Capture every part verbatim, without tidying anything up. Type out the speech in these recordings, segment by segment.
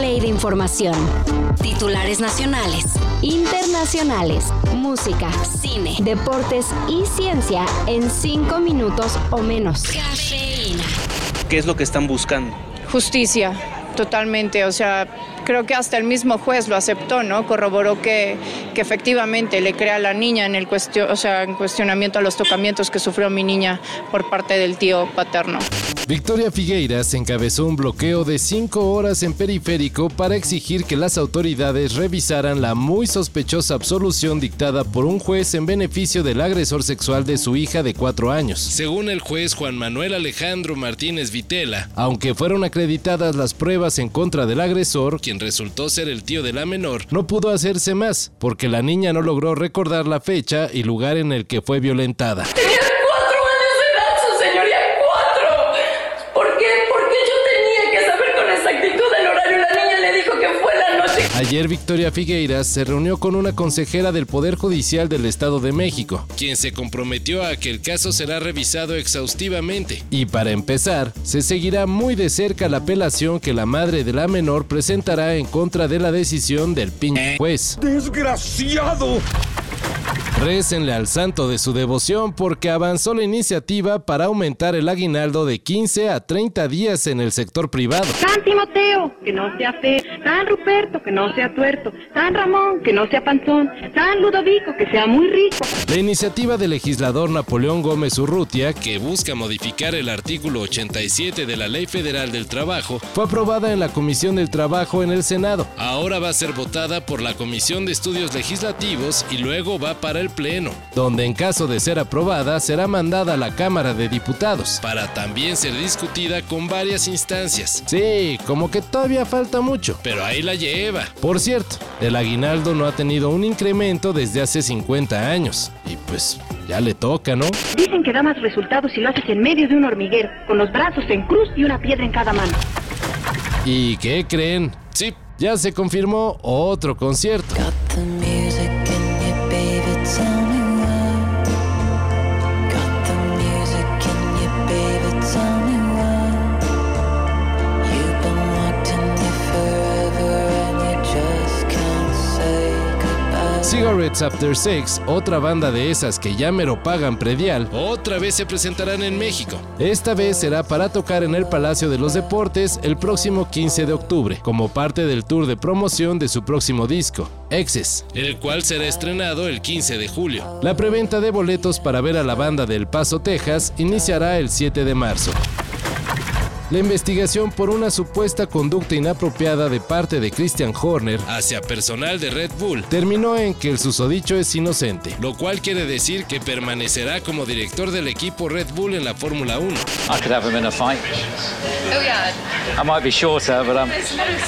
update de información. Titulares nacionales, internacionales, música, cine, deportes y ciencia en cinco minutos o menos. Cafeína. ¿Qué es lo que están buscando? Justicia, totalmente. O sea, creo que hasta el mismo juez lo aceptó, ¿no? Corroboró que, que efectivamente le crea a la niña en el cuestion, o sea, en cuestionamiento a los tocamientos que sufrió mi niña por parte del tío paterno. Victoria Figueiras encabezó un bloqueo de cinco horas en Periférico para exigir que las autoridades revisaran la muy sospechosa absolución dictada por un juez en beneficio del agresor sexual de su hija de cuatro años. Según el juez Juan Manuel Alejandro Martínez Vitela, aunque fueron acreditadas las pruebas en contra del agresor, quien resultó ser el tío de la menor, no pudo hacerse más, porque la niña no logró recordar la fecha y lugar en el que fue violentada. Ayer Victoria Figueiras se reunió con una consejera del Poder Judicial del Estado de México, quien se comprometió a que el caso será revisado exhaustivamente. Y para empezar, se seguirá muy de cerca la apelación que la madre de la menor presentará en contra de la decisión del pinche juez. ¡Desgraciado! Récenle al santo de su devoción porque avanzó la iniciativa para aumentar el aguinaldo de quince a treinta días en el sector privado. San Timoteo, que no sea feo. San Ruperto, que no sea tuerto. San Ramón, que no sea panzón. San Ludovico, que sea muy rico. La iniciativa del legislador Napoleón Gómez Urrutia, que busca modificar el artículo ochenta y siete de la Ley Federal del Trabajo, fue aprobada en la Comisión del Trabajo en el Senado. Ahora va a ser votada por la Comisión de Estudios Legislativos y luego va para el Pleno, donde en caso de ser aprobada será mandada a la Cámara de Diputados para también ser discutida con varias instancias. Sí, como que todavía falta mucho, pero ahí la lleva. Por cierto, el aguinaldo no ha tenido un incremento desde hace cincuenta años y pues ya le toca, ¿no? Dicen que da más resultados si lo haces en medio de un hormiguero, con los brazos en cruz y una piedra en cada mano. ¿Y qué creen? Sí, ya se confirmó otro concierto. Cigarettes After Sex, otra banda de esas que ya mero pagan predial, otra vez se presentarán en México. Esta vez será para tocar en el Palacio de los Deportes el próximo quince de octubre, como parte del tour de promoción de su próximo disco, Exes, el cual será estrenado el quince de julio. La preventa de boletos para ver a la banda de El Paso, Texas, iniciará el siete de marzo. La investigación por una supuesta conducta inapropiada de parte de Christian Horner hacia personal de Red Bull terminó en que el susodicho es inocente, lo cual quiere decir que permanecerá como director del equipo Red Bull en la Fórmula uno. I could have him in a fight. Oh yeah. I might be shorter, but I'm...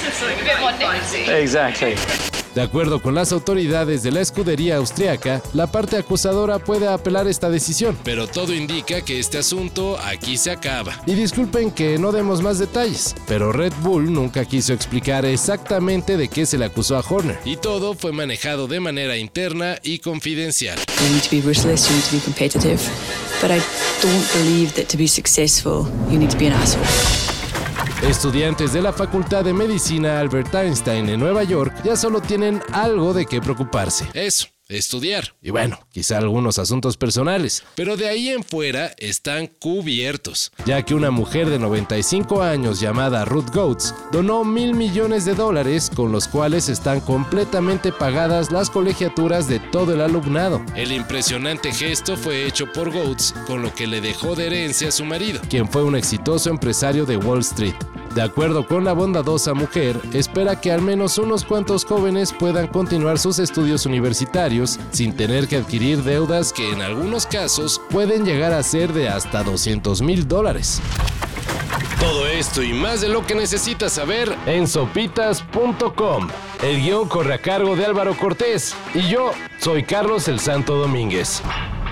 Exactly. De acuerdo con las autoridades de la escudería austriaca, la parte acusadora puede apelar esta decisión, pero todo indica que este asunto aquí se acaba. Y disculpen que no demos más detalles, pero Red Bull nunca quiso explicar exactamente de qué se le acusó a Horner, y todo fue manejado de manera interna y confidencial. You need to be ruthless, you need to be competitive, but I don't believe that to be successful, you need to be an asshole. Estudiantes de la Facultad de Medicina Albert Einstein en Nueva York ya solo tienen algo de qué preocuparse. Eso, estudiar. Y bueno, quizá algunos asuntos personales. Pero de ahí en fuera están cubiertos, ya que una mujer de noventa y cinco años llamada Ruth Goetz donó mil millones de dólares con los cuales están completamente pagadas las colegiaturas de todo el alumnado. El impresionante gesto fue hecho por Goetz, con lo que le dejó de herencia a su marido, quien fue un exitoso empresario de Wall Street. De acuerdo con la bondadosa mujer, espera que al menos unos cuantos jóvenes puedan continuar sus estudios universitarios sin tener que adquirir deudas que en algunos casos pueden llegar a ser de hasta doscientos mil dólares. Todo esto y más de lo que necesitas saber en sopitas punto com. El guión corre a cargo de Álvaro Cortés y yo soy Carlos el Santo Domínguez.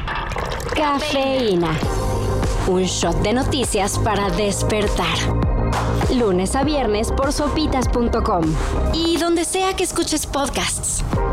Cafeína. Un shot de noticias para despertar. Lunes a viernes por sopitas punto com y donde sea que escuches podcasts.